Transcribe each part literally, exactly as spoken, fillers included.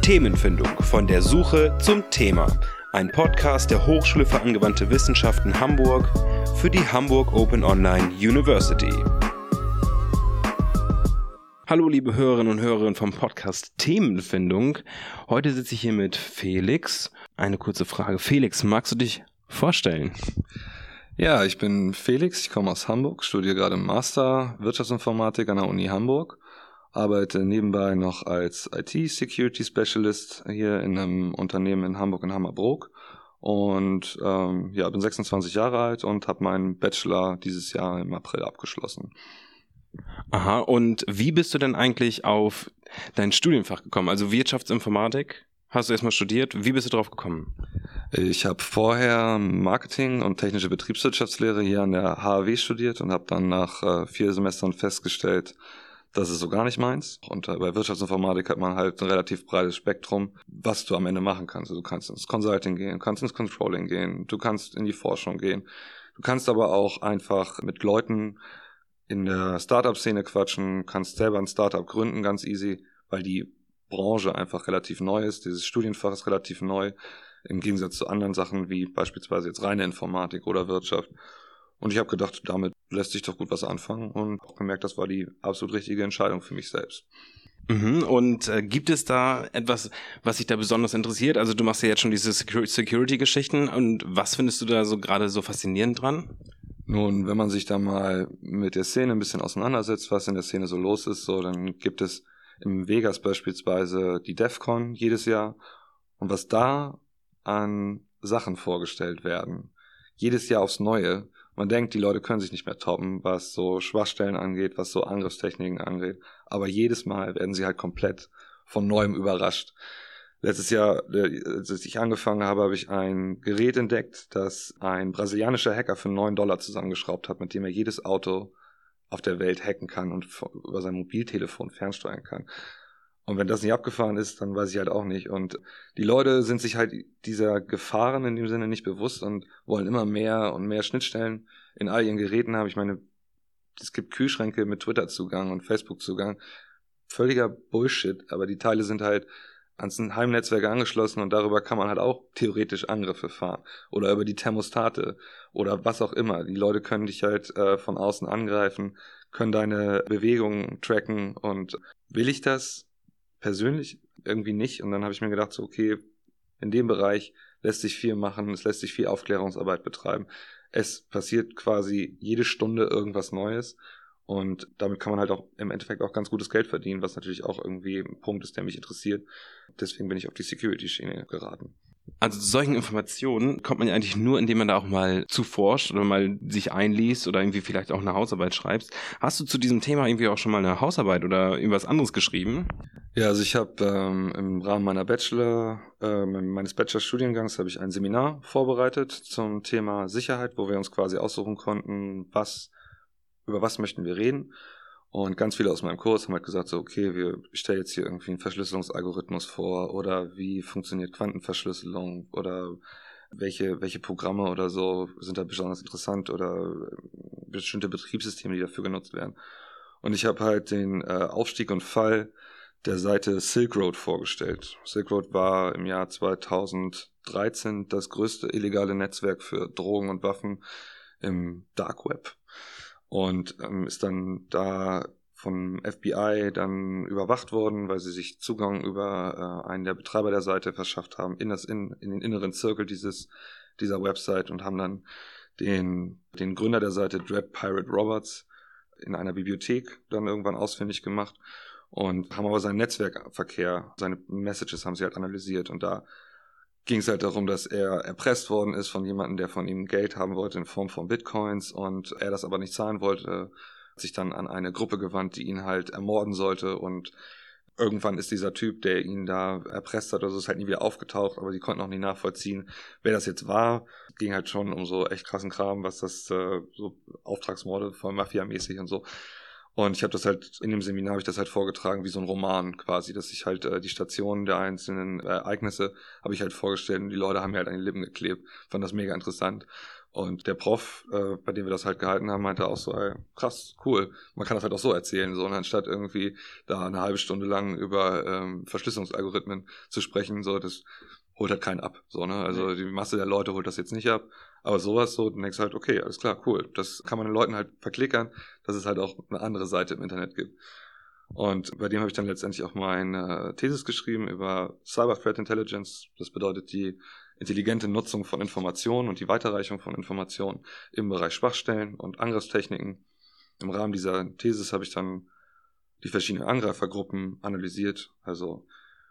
Themenfindung von der Suche zum Thema. Ein Podcast der Hochschule für angewandte Wissenschaften Hamburg für die Hamburg Open Online University. Hallo liebe Hörerinnen und Hörer vom Podcast Themenfindung. Heute sitze ich hier mit Felix. Eine kurze Frage. Felix, magst du dich vorstellen? Ja, ich bin Felix, ich komme aus Hamburg, studiere gerade im Master Wirtschaftsinformatik an der Uni Hamburg, arbeite nebenbei noch als I T-Security-Specialist hier in einem Unternehmen in Hamburg in Hammerbrook und ähm, ja, bin sechsundzwanzig Jahre alt und habe meinen Bachelor dieses Jahr im April abgeschlossen. Aha, und wie bist du denn eigentlich auf dein Studienfach gekommen? Also Wirtschaftsinformatik hast du erstmal studiert. Wie bist du drauf gekommen? Ich habe vorher Marketing und technische Betriebswirtschaftslehre hier an der H A W studiert und habe dann nach äh, vier Semestern festgestellt, das ist so gar nicht meins. Und äh, bei Wirtschaftsinformatik hat man halt ein relativ breites Spektrum, was du am Ende machen kannst. Also du kannst ins Consulting gehen, du kannst ins Controlling gehen, du kannst in die Forschung gehen. Du kannst aber auch einfach mit Leuten in der Startup-Szene quatschen, kannst selber ein Startup gründen, ganz easy, weil die Branche einfach relativ neu ist. Dieses Studienfach ist relativ neu, im Gegensatz zu anderen Sachen wie beispielsweise jetzt reine Informatik oder Wirtschaft. Und ich habe gedacht, damit lässt sich doch gut was anfangen und auch gemerkt, das war die absolut richtige Entscheidung für mich selbst. Mhm. Und äh, gibt es da etwas, was dich da besonders interessiert? Also du machst ja jetzt schon diese Security-Geschichten und was findest du da so gerade so faszinierend dran? Nun, wenn man sich da mal mit der Szene ein bisschen auseinandersetzt, was in der Szene so los ist, so dann gibt es im Vegas beispielsweise die DEFCON jedes Jahr und was da an Sachen vorgestellt werden, jedes Jahr aufs Neue. Man denkt, die Leute können sich nicht mehr toppen, was so Schwachstellen angeht, was so Angriffstechniken angeht. Aber jedes Mal werden sie halt komplett von Neuem überrascht. Letztes Jahr, als ich angefangen habe, habe ich ein Gerät entdeckt, das ein brasilianischer Hacker für neun Dollar zusammengeschraubt hat, mit dem er jedes Auto auf der Welt hacken kann und über sein Mobiltelefon fernsteuern kann. Und wenn das nicht abgefahren ist, dann weiß ich halt auch nicht. Und die Leute sind sich halt dieser Gefahren in dem Sinne nicht bewusst und wollen immer mehr und mehr Schnittstellen in all ihren Geräten haben. Ich meine, es gibt Kühlschränke mit Twitter-Zugang und Facebook-Zugang. Völliger Bullshit, aber die Teile sind halt ans Heimnetzwerk angeschlossen und darüber kann man halt auch theoretisch Angriffe fahren. Oder über die Thermostate oder was auch immer. Die Leute können dich halt äh, von außen angreifen, können deine Bewegungen tracken und will ich das? Persönlich irgendwie nicht. Und dann habe ich mir gedacht, so okay, in dem Bereich lässt sich viel machen, es lässt sich viel Aufklärungsarbeit betreiben. Es passiert quasi jede Stunde irgendwas Neues und damit kann man halt auch im Endeffekt auch ganz gutes Geld verdienen, was natürlich auch irgendwie ein Punkt ist, der mich interessiert. Deswegen bin ich auf die Security-Schiene geraten. Also zu solchen Informationen kommt man ja eigentlich nur, indem man da auch mal zuforscht oder mal sich einliest oder irgendwie vielleicht auch eine Hausarbeit schreibst. Hast du zu diesem Thema irgendwie auch schon mal eine Hausarbeit oder irgendwas anderes geschrieben? Ja, also ich habe ähm, im Rahmen meiner Bachelor, äh, meines Bachelorstudiengangs habe ich ein Seminar vorbereitet zum Thema Sicherheit, wo wir uns quasi aussuchen konnten, was über was möchten wir reden. Und ganz viele aus meinem Kurs haben halt gesagt, so okay, wir stellen jetzt hier irgendwie einen Verschlüsselungsalgorithmus vor oder wie funktioniert Quantenverschlüsselung oder welche welche Programme oder so sind da besonders interessant oder bestimmte Betriebssysteme, die dafür genutzt werden. Und ich habe halt den äh, Aufstieg und Fall der Seite Silk Road vorgestellt. Silk Road war im Jahr zweitausenddreizehn das größte illegale Netzwerk für Drogen und Waffen im Dark Web. Und ähm, ist dann da vom F B I dann überwacht worden, weil sie sich Zugang über äh, einen der Betreiber der Seite verschafft haben in das in, in den inneren Zirkel dieses dieser Website und haben dann den den Gründer der Seite Dread Pirate Roberts in einer Bibliothek dann irgendwann ausfindig gemacht und haben aber seinen Netzwerkverkehr, seine Messages haben sie halt analysiert und da ging es halt darum, dass er erpresst worden ist von jemandem, der von ihm Geld haben wollte in Form von Bitcoins und er das aber nicht zahlen wollte, hat sich dann an eine Gruppe gewandt, die ihn halt ermorden sollte und irgendwann ist dieser Typ, der ihn da erpresst hat, also ist halt nie wieder aufgetaucht, aber die konnten auch nicht nachvollziehen, wer das jetzt war. Es ging halt schon um so echt krassen Kram, was das, äh, so Auftragsmorde voll Mafia-mäßig und so. Und ich habe das halt, in dem Seminar habe ich das halt vorgetragen wie so ein Roman quasi, dass ich halt äh, die Stationen der einzelnen Ereignisse habe ich halt vorgestellt und die Leute haben mir halt an die Lippen geklebt. Fand das mega interessant. Und der Prof, äh, bei dem wir das halt gehalten haben, meinte auch so, ey, krass, cool. Man kann das halt auch so erzählen, so, und anstatt irgendwie da eine halbe Stunde lang über ähm, Verschlüsselungsalgorithmen zu sprechen, so, das holt halt keinen ab, so, ne? Also die Masse der Leute holt das jetzt nicht ab, aber sowas so, dann denkst du halt, okay, alles klar, cool. Das kann man den Leuten halt verklickern, dass es halt auch eine andere Seite im Internet gibt. Und bei dem habe ich dann letztendlich auch meine Thesis geschrieben über Cyber Threat Intelligence. Das bedeutet die intelligente Nutzung von Informationen und die Weiterreichung von Informationen im Bereich Schwachstellen und Angriffstechniken. Im Rahmen dieser Thesis habe ich dann die verschiedenen Angreifergruppen analysiert, also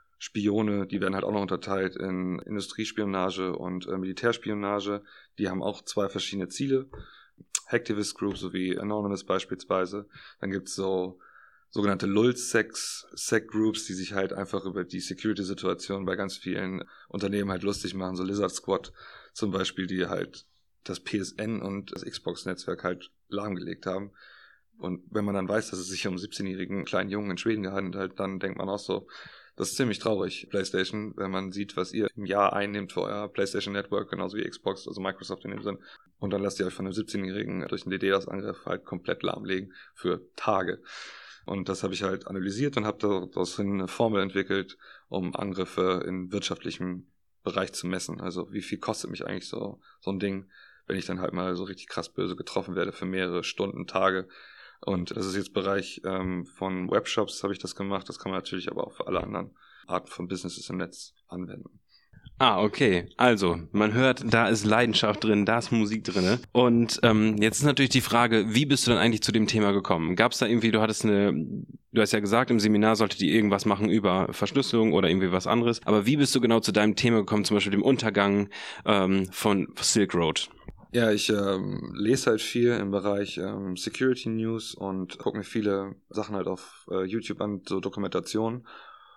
Spione, die werden halt auch noch unterteilt in Industriespionage und äh, Militärspionage. Die haben auch zwei verschiedene Ziele. Hacktivist Group sowie Anonymous beispielsweise. Dann gibt's so sogenannte Lulz-Sex, Sec-Groups, die sich halt einfach über die Security-Situation bei ganz vielen Unternehmen halt lustig machen, so Lizard Squad zum Beispiel, die halt das P S N und das Xbox-Netzwerk halt lahmgelegt haben. Und wenn man dann weiß, dass es sich um siebzehnjährigen kleinen Jungen in Schweden gehandelt hat, dann denkt man auch so, das ist ziemlich traurig, PlayStation, wenn man sieht, was ihr im Jahr einnehmt für euer PlayStation Network, genauso wie Xbox, also Microsoft in dem Sinn. Und dann lasst ihr euch von einem siebzehnjährigen durch einen DDoS-Angriff halt komplett lahmlegen für Tage. Und das habe ich halt analysiert und habe daraus eine Formel entwickelt, um Angriffe in wirtschaftlichem Bereich zu messen. Also wie viel kostet mich eigentlich so so ein Ding, wenn ich dann halt mal so richtig krass böse getroffen werde für mehrere Stunden, Tage. Und das ist jetzt Bereich ähm, von Webshops habe ich das gemacht. Das kann man natürlich aber auch für alle anderen Arten von Businesses im Netz anwenden. Ah, okay. Also, man hört, da ist Leidenschaft drin, da ist Musik drin. Und ähm, jetzt ist natürlich die Frage, wie bist du dann eigentlich zu dem Thema gekommen? Gab es da irgendwie, du hattest eine, du hast ja gesagt, im Seminar solltet ihr irgendwas machen über Verschlüsselung oder irgendwie was anderes. Aber wie bist du genau zu deinem Thema gekommen, zum Beispiel dem Untergang ähm, von Silk Road? Ja, ich ähm, lese halt viel im Bereich ähm, Security News und gucke mir viele Sachen halt auf äh, YouTube an, so Dokumentationen.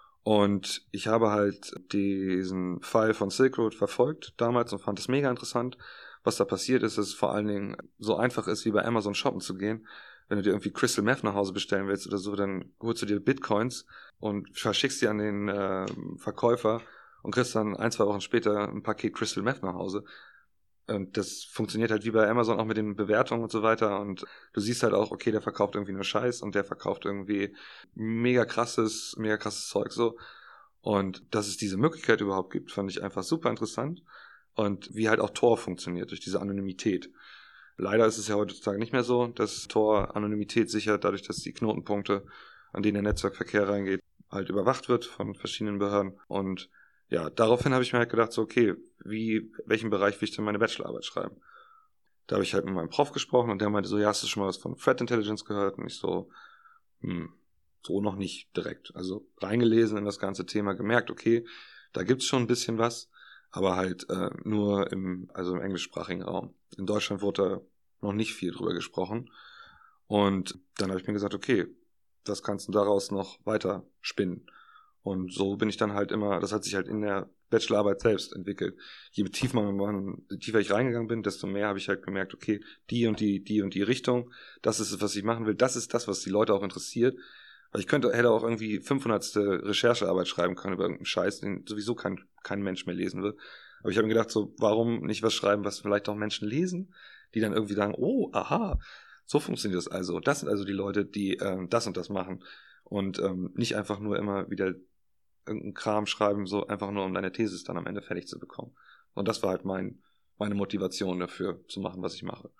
Und ich habe halt diesen Fall von Silk Road verfolgt damals und fand es mega interessant. Was da passiert ist, dass es vor allen Dingen so einfach ist, wie bei Amazon shoppen zu gehen. Wenn du dir irgendwie Crystal Meth nach Hause bestellen willst oder so, dann holst du dir Bitcoins und verschickst die an den äh, Verkäufer und kriegst dann ein, zwei Wochen später ein Paket Crystal Meth nach Hause. Und das funktioniert halt wie bei Amazon auch mit den Bewertungen und so weiter. Und du siehst halt auch, okay, der verkauft irgendwie nur Scheiß und der verkauft irgendwie mega krasses, mega krasses Zeug so. Und dass es diese Möglichkeit überhaupt gibt, fand ich einfach super interessant. Und wie halt auch Tor funktioniert, durch diese Anonymität. Leider ist es ja heutzutage nicht mehr so, dass Tor Anonymität sichert, dadurch, dass die Knotenpunkte, an denen der Netzwerkverkehr reingeht, halt überwacht wird von verschiedenen Behörden. Und ja, daraufhin habe ich mir halt gedacht, so okay, wie, welchen Bereich will ich denn meine Bachelorarbeit schreiben? Da habe ich halt mit meinem Prof gesprochen und der meinte so, ja, hast du schon mal was von Threat Intelligence gehört? Und ich so, hm, so noch nicht direkt. Also reingelesen in das ganze Thema, gemerkt, okay, da gibt's schon ein bisschen was, aber halt äh, nur im, also im englischsprachigen Raum. In Deutschland wurde da noch nicht viel drüber gesprochen. Und dann habe ich mir gesagt, okay, das kannst du daraus noch weiter spinnen. Und so bin ich dann halt immer, das hat sich halt in der Bachelorarbeit selbst entwickelt. Je tiefer, man, je tiefer ich reingegangen bin, desto mehr habe ich halt gemerkt, okay, die und die, die und die Richtung, das ist es, was ich machen will, das ist das, was die Leute auch interessiert. Weil ich könnte, hätte auch irgendwie fünfhundertste Recherchearbeit schreiben können über irgendeinen Scheiß, den sowieso kein, kein Mensch mehr lesen will. Aber ich habe mir gedacht, so, warum nicht was schreiben, was vielleicht auch Menschen lesen, die dann irgendwie sagen, oh, aha, so funktioniert das also. Das sind also die Leute, die ähm, das und das machen. Und ähm, nicht einfach nur immer wieder irgendeinen Kram schreiben, so einfach nur um deine Thesis dann am Ende fertig zu bekommen. Und das war halt mein, meine Motivation dafür, zu machen, was ich mache.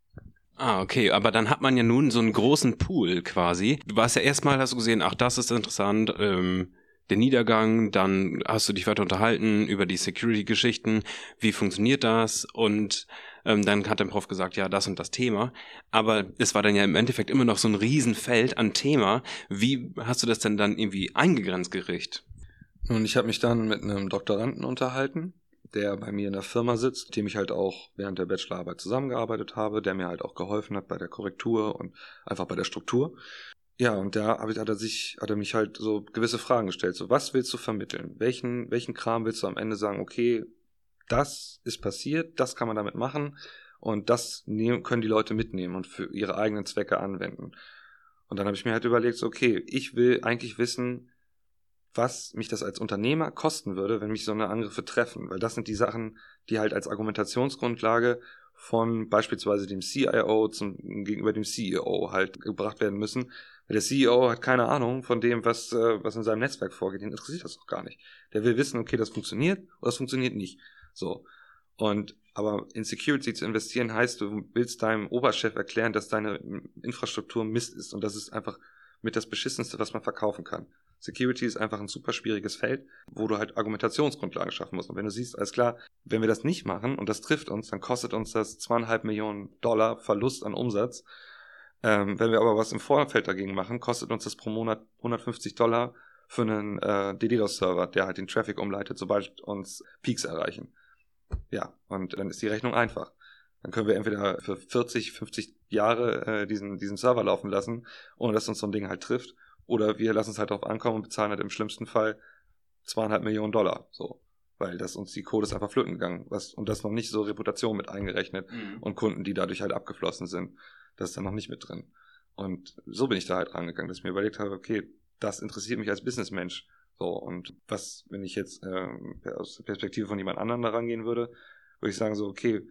Ah, okay, aber dann hat man ja nun so einen großen Pool quasi. Du warst ja erstmal, hast du gesehen, ach, das ist interessant, ähm, der Niedergang, dann hast du dich weiter unterhalten über die Security-Geschichten, wie funktioniert das, und ähm, dann hat dein Prof gesagt, ja, das und das Thema, aber es war dann ja im Endeffekt immer noch so ein Riesenfeld an Thema. Wie hast du das denn dann irgendwie eingegrenzt gekriegt? Nun, ich habe mich dann mit einem Doktoranden unterhalten, der bei mir in der Firma sitzt, mit dem ich halt auch während der Bachelorarbeit zusammengearbeitet habe, der mir halt auch geholfen hat bei der Korrektur und einfach bei der Struktur. Ja, und da hat er sich, hat er mich halt so gewisse Fragen gestellt. So, was willst du vermitteln? Welchen, welchen Kram willst du am Ende sagen, okay, das ist passiert, das kann man damit machen und das nehmen, können die Leute mitnehmen und für ihre eigenen Zwecke anwenden. Und dann habe ich mir halt überlegt, so, okay, ich will eigentlich wissen, was mich das als Unternehmer kosten würde, wenn mich so eine Angriffe treffen. Weil das sind die Sachen, die halt als Argumentationsgrundlage von beispielsweise dem C I O zum, gegenüber dem C E O halt gebracht werden müssen. Weil der C E O hat keine Ahnung von dem, was, äh, was in seinem Netzwerk vorgeht. Den interessiert das auch gar nicht. Der will wissen, okay, das funktioniert oder das funktioniert nicht. So. Und, aber in Security zu investieren heißt, du willst deinem Oberchef erklären, dass deine Infrastruktur Mist ist. Und das ist einfach mit das Beschissenste, was man verkaufen kann. Security ist einfach ein super schwieriges Feld, wo du halt Argumentationsgrundlagen schaffen musst. Und wenn du siehst, alles klar, wenn wir das nicht machen und das trifft uns, dann kostet uns das zweieinhalb Millionen Dollar Verlust an Umsatz. Ähm, wenn wir aber was im Vorfeld dagegen machen, kostet uns das pro Monat hundertfünfzig Dollar für einen äh, DDoS-Server, der halt den Traffic umleitet, sobald uns Peaks erreichen. Ja, und dann ist die Rechnung einfach. Dann können wir entweder für vierzig, fünfzig Jahre äh, diesen, diesen Server laufen lassen, ohne dass uns so ein Ding halt trifft. Oder wir lassen es halt darauf ankommen und bezahlen halt im schlimmsten Fall zweieinhalb Millionen Dollar. So. Weil das uns die Code ist einfach flöten gegangen. Was, und das noch nicht so Reputation mit eingerechnet. Mhm. Und Kunden, die dadurch halt abgeflossen sind. Das ist dann noch nicht mit drin. Und so bin ich da halt rangegangen, dass ich mir überlegt habe, okay, das interessiert mich als Businessmensch. So, und was, wenn ich jetzt äh, aus der Perspektive von jemand anderem da rangehen würde, würde ich sagen so, okay,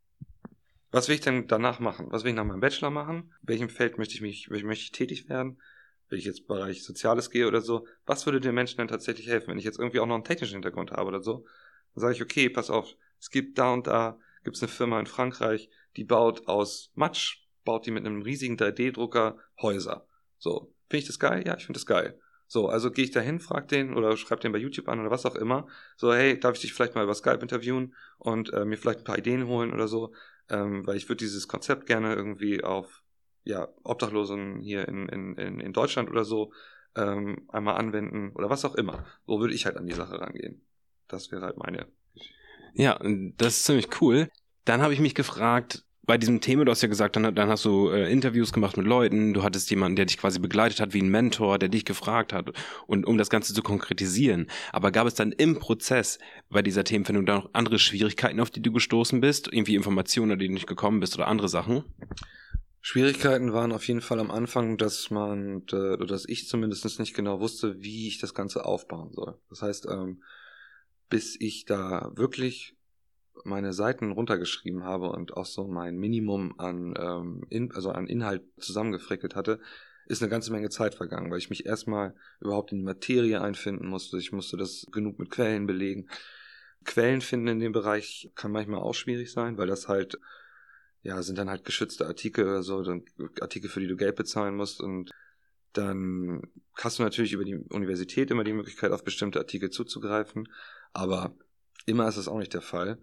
was will ich denn danach machen? Was will ich nach meinem Bachelor machen? In welchem Feld möchte ich mich, möchte ich tätig werden? Wenn ich jetzt im Bereich Soziales gehe oder so, was würde den Menschen denn tatsächlich helfen? Wenn ich jetzt irgendwie auch noch einen technischen Hintergrund habe oder so, dann sage ich, okay, pass auf, es gibt da und da, gibt es eine Firma in Frankreich, die baut aus Matsch, baut die mit einem riesigen drei D-Drucker Häuser. So, finde ich das geil? Ja, ich finde das geil. So, also gehe ich da hin, frag den oder schreib den bei YouTube an oder was auch immer. So, hey, darf ich dich vielleicht mal über Skype interviewen und äh, mir vielleicht ein paar Ideen holen oder so? Ähm, weil ich würde dieses Konzept gerne irgendwie auf ja, Obdachlosen hier in, in, in, in Deutschland oder so ähm, einmal anwenden oder was auch immer. So würde ich halt an die Sache rangehen. Das wäre halt meine Geschichte. Ja, das ist ziemlich cool. Dann habe ich mich gefragt, bei diesem Thema, du hast ja gesagt, dann, dann hast du äh, Interviews gemacht mit Leuten, du hattest jemanden, der dich quasi begleitet hat, wie ein Mentor, der dich gefragt hat, und um das Ganze zu konkretisieren. Aber gab es dann im Prozess bei dieser Themenfindung da noch andere Schwierigkeiten, auf die du gestoßen bist? Irgendwie Informationen, an die du nicht gekommen bist oder andere Sachen? Schwierigkeiten waren auf jeden Fall am Anfang, dass man, oder dass ich zumindest nicht genau wusste, wie ich das Ganze aufbauen soll. Das heißt, ähm, bis ich da wirklich meine Seiten runtergeschrieben habe und auch so mein Minimum an, ähm, in, also an Inhalt zusammengefrickelt hatte, ist eine ganze Menge Zeit vergangen, weil ich mich erstmal überhaupt in die Materie einfinden musste. Ich musste das genug mit Quellen belegen. Quellen finden in dem Bereich kann manchmal auch schwierig sein, weil das halt, ja, sind dann halt geschützte Artikel oder so, dann Artikel, für die du Geld bezahlen musst, und dann hast du natürlich über die Universität immer die Möglichkeit, auf bestimmte Artikel zuzugreifen, aber immer ist das auch nicht der Fall.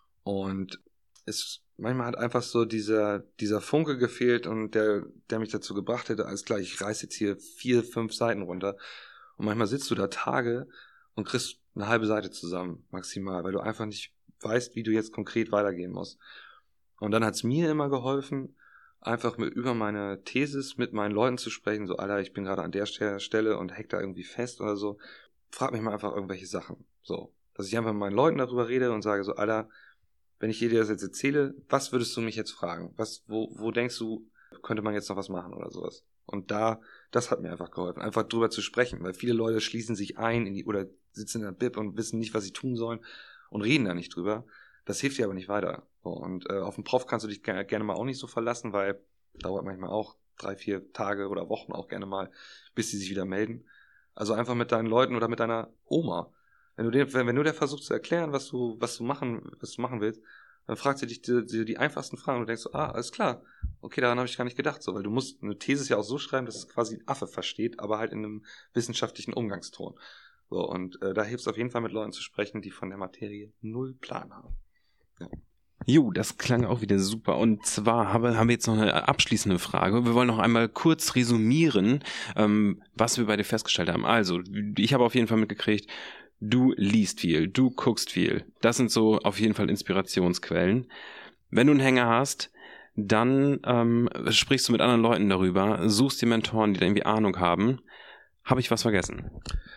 Und es manchmal hat einfach so dieser, dieser Funke gefehlt, und der, der mich dazu gebracht hätte, alles klar, ich reiß jetzt hier vier, fünf Seiten runter. Und manchmal sitzt du da Tage und kriegst eine halbe Seite zusammen, maximal, weil du einfach nicht weißt, wie du jetzt konkret weitergehen musst. Und dann hat es mir immer geholfen, einfach mit, über meine Thesis mit meinen Leuten zu sprechen, so, Alter, ich bin gerade an der Stelle und hack da irgendwie fest oder so. Frag mich mal einfach irgendwelche Sachen. So, dass ich einfach mit meinen Leuten darüber rede und sage so, Alter, wenn ich dir das jetzt erzähle, was würdest du mich jetzt fragen? Was, wo, wo denkst du, könnte man jetzt noch was machen oder sowas? Und da, das hat mir einfach geholfen, einfach drüber zu sprechen, weil viele Leute schließen sich ein in die, oder sitzen in der Bib und wissen nicht, was sie tun sollen und reden da nicht drüber. Das hilft dir aber nicht weiter. Und äh, auf den Prof kannst du dich gerne, gerne mal auch nicht so verlassen, weil dauert manchmal auch drei, vier Tage oder Wochen auch gerne mal, bis sie sich wieder melden. Also einfach mit deinen Leuten oder mit deiner Oma. Wenn du den, wenn, wenn du der versuchst zu erklären, was du, was du machen, was du machen willst, dann fragt sie dich die, die, die einfachsten Fragen und du denkst so, ah, alles klar, okay, daran habe ich gar nicht gedacht, so, weil du musst eine These ja auch so schreiben, dass es quasi ein Affe versteht, aber halt in einem wissenschaftlichen Umgangston. So, und äh, da hilft es auf jeden Fall, mit Leuten zu sprechen, die von der Materie null Plan haben. Ja. Jo, das klang auch wieder super. Und zwar habe, haben wir jetzt noch eine abschließende Frage. Wir wollen noch einmal kurz resümieren, ähm, was wir bei dir festgestellt haben. Also, ich habe auf jeden Fall mitgekriegt, du liest viel, du guckst viel. Das sind so auf jeden Fall Inspirationsquellen. Wenn du einen Hänger hast, dann ähm, sprichst du mit anderen Leuten darüber, suchst dir Mentoren, die da irgendwie Ahnung haben. Habe ich was vergessen?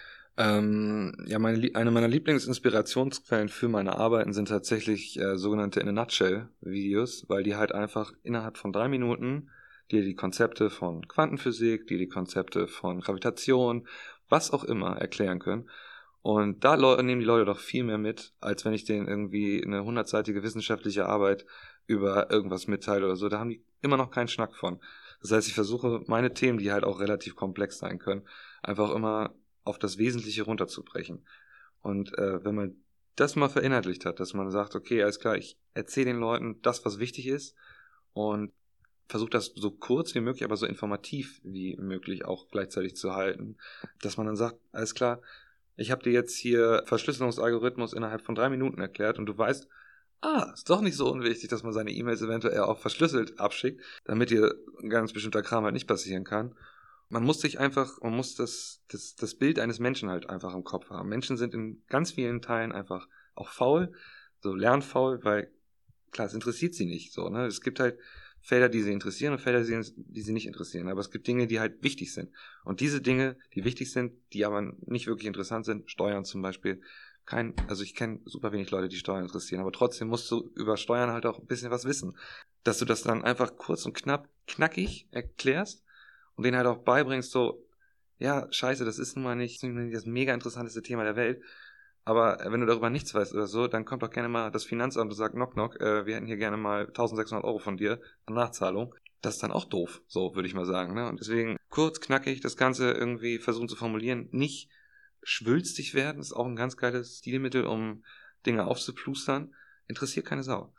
Ähm, ja, meine, eine meiner Lieblingsinspirationsquellen für meine Arbeiten sind tatsächlich äh, sogenannte In a Nutshell Videos, weil die halt einfach innerhalb von drei Minuten dir die Konzepte von Quantenphysik, dir die Konzepte von Gravitation, was auch immer erklären können. Und da nehmen die Leute doch viel mehr mit, als wenn ich denen irgendwie eine hundertseitige wissenschaftliche Arbeit über irgendwas mitteile oder so, da haben die immer noch keinen Schnack von. Das heißt, ich versuche meine Themen, die halt auch relativ komplex sein können, einfach immer auf das Wesentliche runterzubrechen. Und äh, wenn man das mal verinnerlicht hat, dass man sagt, okay, alles klar, ich erzähle den Leuten das, was wichtig ist und versuche das so kurz wie möglich, aber so informativ wie möglich auch gleichzeitig zu halten, dass man dann sagt, alles klar, ich habe dir jetzt hier Verschlüsselungsalgorithmus innerhalb von drei Minuten erklärt und du weißt, ah, ist doch nicht so unwichtig, dass man seine E-Mails eventuell auch verschlüsselt abschickt, damit dir ein ganz bestimmter Kram halt nicht passieren kann. Man muss sich einfach, man muss das, das, das Bild eines Menschen halt einfach im Kopf haben. Menschen sind in ganz vielen Teilen einfach auch faul, so lernfaul, weil, klar, es interessiert sie nicht so, ne? Es gibt halt Felder, die sie interessieren und Felder, die sie nicht interessieren. Aber es gibt Dinge, die halt wichtig sind. Und diese Dinge, die wichtig sind, die aber nicht wirklich interessant sind, Steuern zum Beispiel, kein, also ich kenne super wenig Leute, die Steuern interessieren, aber trotzdem musst du über Steuern halt auch ein bisschen was wissen. Dass du das dann einfach kurz und knapp, knackig erklärst und denen halt auch beibringst, so, ja, scheiße, das ist nun mal nicht das mega interessanteste Thema der Welt, aber wenn du darüber nichts weißt oder so, dann kommt doch gerne mal das Finanzamt und sagt, knock, knock, äh, wir hätten hier gerne mal eintausendsechshundert Euro von dir an Nachzahlung. Das ist dann auch doof, so würde ich mal sagen, ne? Und deswegen kurz, knackig das Ganze irgendwie versuchen zu formulieren, nicht schwülstig werden, ist auch ein ganz geiles Stilmittel, um Dinge aufzuplustern. Interessiert keine Sau.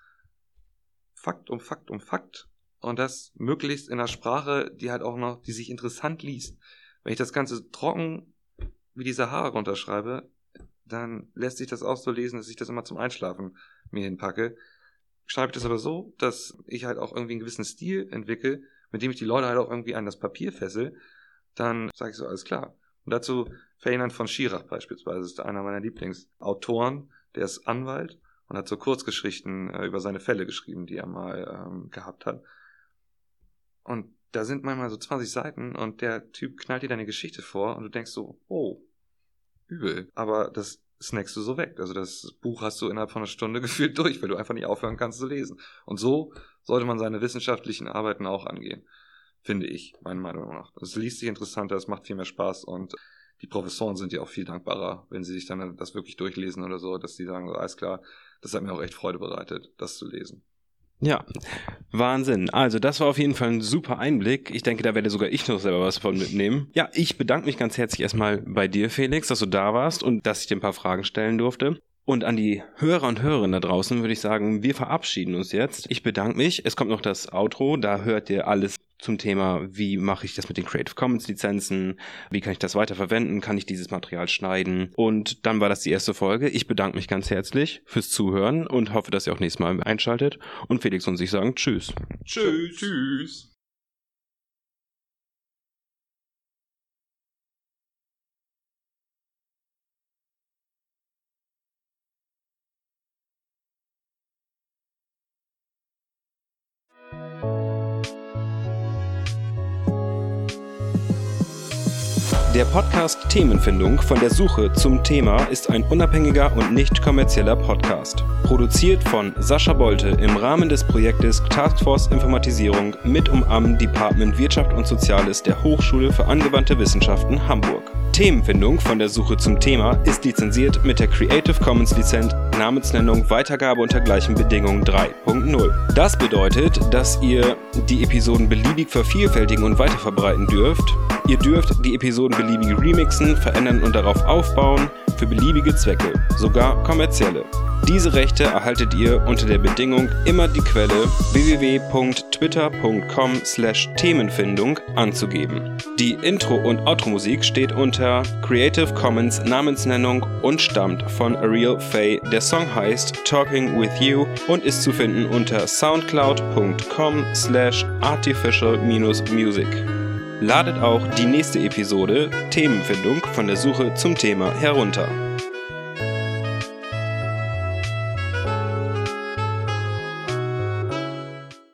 Fakt um Fakt um Fakt und das möglichst in einer Sprache, die halt auch noch, die sich interessant liest. Wenn ich das Ganze trocken wie die Sahara runterschreibe, dann lässt sich das auch so lesen, dass ich das immer zum Einschlafen mir hinpacke. Schreibe ich das aber so, dass ich halt auch irgendwie einen gewissen Stil entwickle, mit dem ich die Leute halt auch irgendwie an das Papier fessel, dann sage ich so, alles klar. Und dazu Ferdinand von Schirach beispielsweise, ist einer meiner Lieblingsautoren, der ist Anwalt und hat so Kurzgeschichten äh, über seine Fälle geschrieben, die er mal ähm, gehabt hat. Und da sind manchmal so zwanzig Seiten und der Typ knallt dir deine Geschichte vor und du denkst so, oh, übel. Aber das snackst du so weg. Also das Buch hast du innerhalb von einer Stunde gefühlt durch, weil du einfach nicht aufhören kannst zu lesen. Und so sollte man seine wissenschaftlichen Arbeiten auch angehen. Finde ich, meiner Meinung nach. Es liest sich interessanter, es macht viel mehr Spaß und die Professoren sind ja auch viel dankbarer, wenn sie sich dann das wirklich durchlesen oder so, dass die sagen, alles klar, das hat mir auch echt Freude bereitet, das zu lesen. Ja, Wahnsinn. Also das war auf jeden Fall ein super Einblick. Ich denke, da werde sogar ich noch selber was von mitnehmen. Ja, ich bedanke mich ganz herzlich erstmal bei dir, Felix, dass du da warst und dass ich dir ein paar Fragen stellen durfte. Und an die Hörer und Hörerinnen da draußen würde ich sagen, wir verabschieden uns jetzt. Ich bedanke mich. Es kommt noch das Outro. Da hört ihr alles zum Thema, wie mache ich das mit den Creative Commons Lizenzen, wie kann ich das weiterverwenden, kann ich dieses Material schneiden. Und dann war das die erste Folge. Ich bedanke mich ganz herzlich fürs Zuhören und hoffe, dass ihr auch nächstes Mal einschaltet. Und Felix und ich sagen Tschüss. Tschüss. Tschüss. Der Podcast Themenfindung von der Suche zum Thema ist ein unabhängiger und nicht kommerzieller Podcast. Produziert von Sascha Bolte im Rahmen des Projektes Taskforce Informatisierung mit und am Department Wirtschaft und Soziales der Hochschule für angewandte Wissenschaften Hamburg. Themenfindung von der Suche zum Thema ist lizenziert mit der Creative Commons Lizenz Namensnennung Weitergabe unter gleichen Bedingungen drei Punkt null. Das bedeutet, dass ihr die Episoden beliebig vervielfältigen und weiterverbreiten dürft. Ihr dürft die Episoden beliebig remixen, verändern und darauf aufbauen, für beliebige Zwecke, sogar kommerzielle. Diese Rechte erhaltet ihr unter der Bedingung, immer die Quelle w w w punkt twitter punkt com slash Themenfindung anzugeben. Die Intro- und Outro-Musik steht unter Creative Commons Namensnennung und stammt von Ariel Faye. Der Song heißt Talking With You und ist zu finden unter soundcloud punkt com slash artificial music. Ladet auch die nächste Episode Themenfindung von der Suche zum Thema herunter.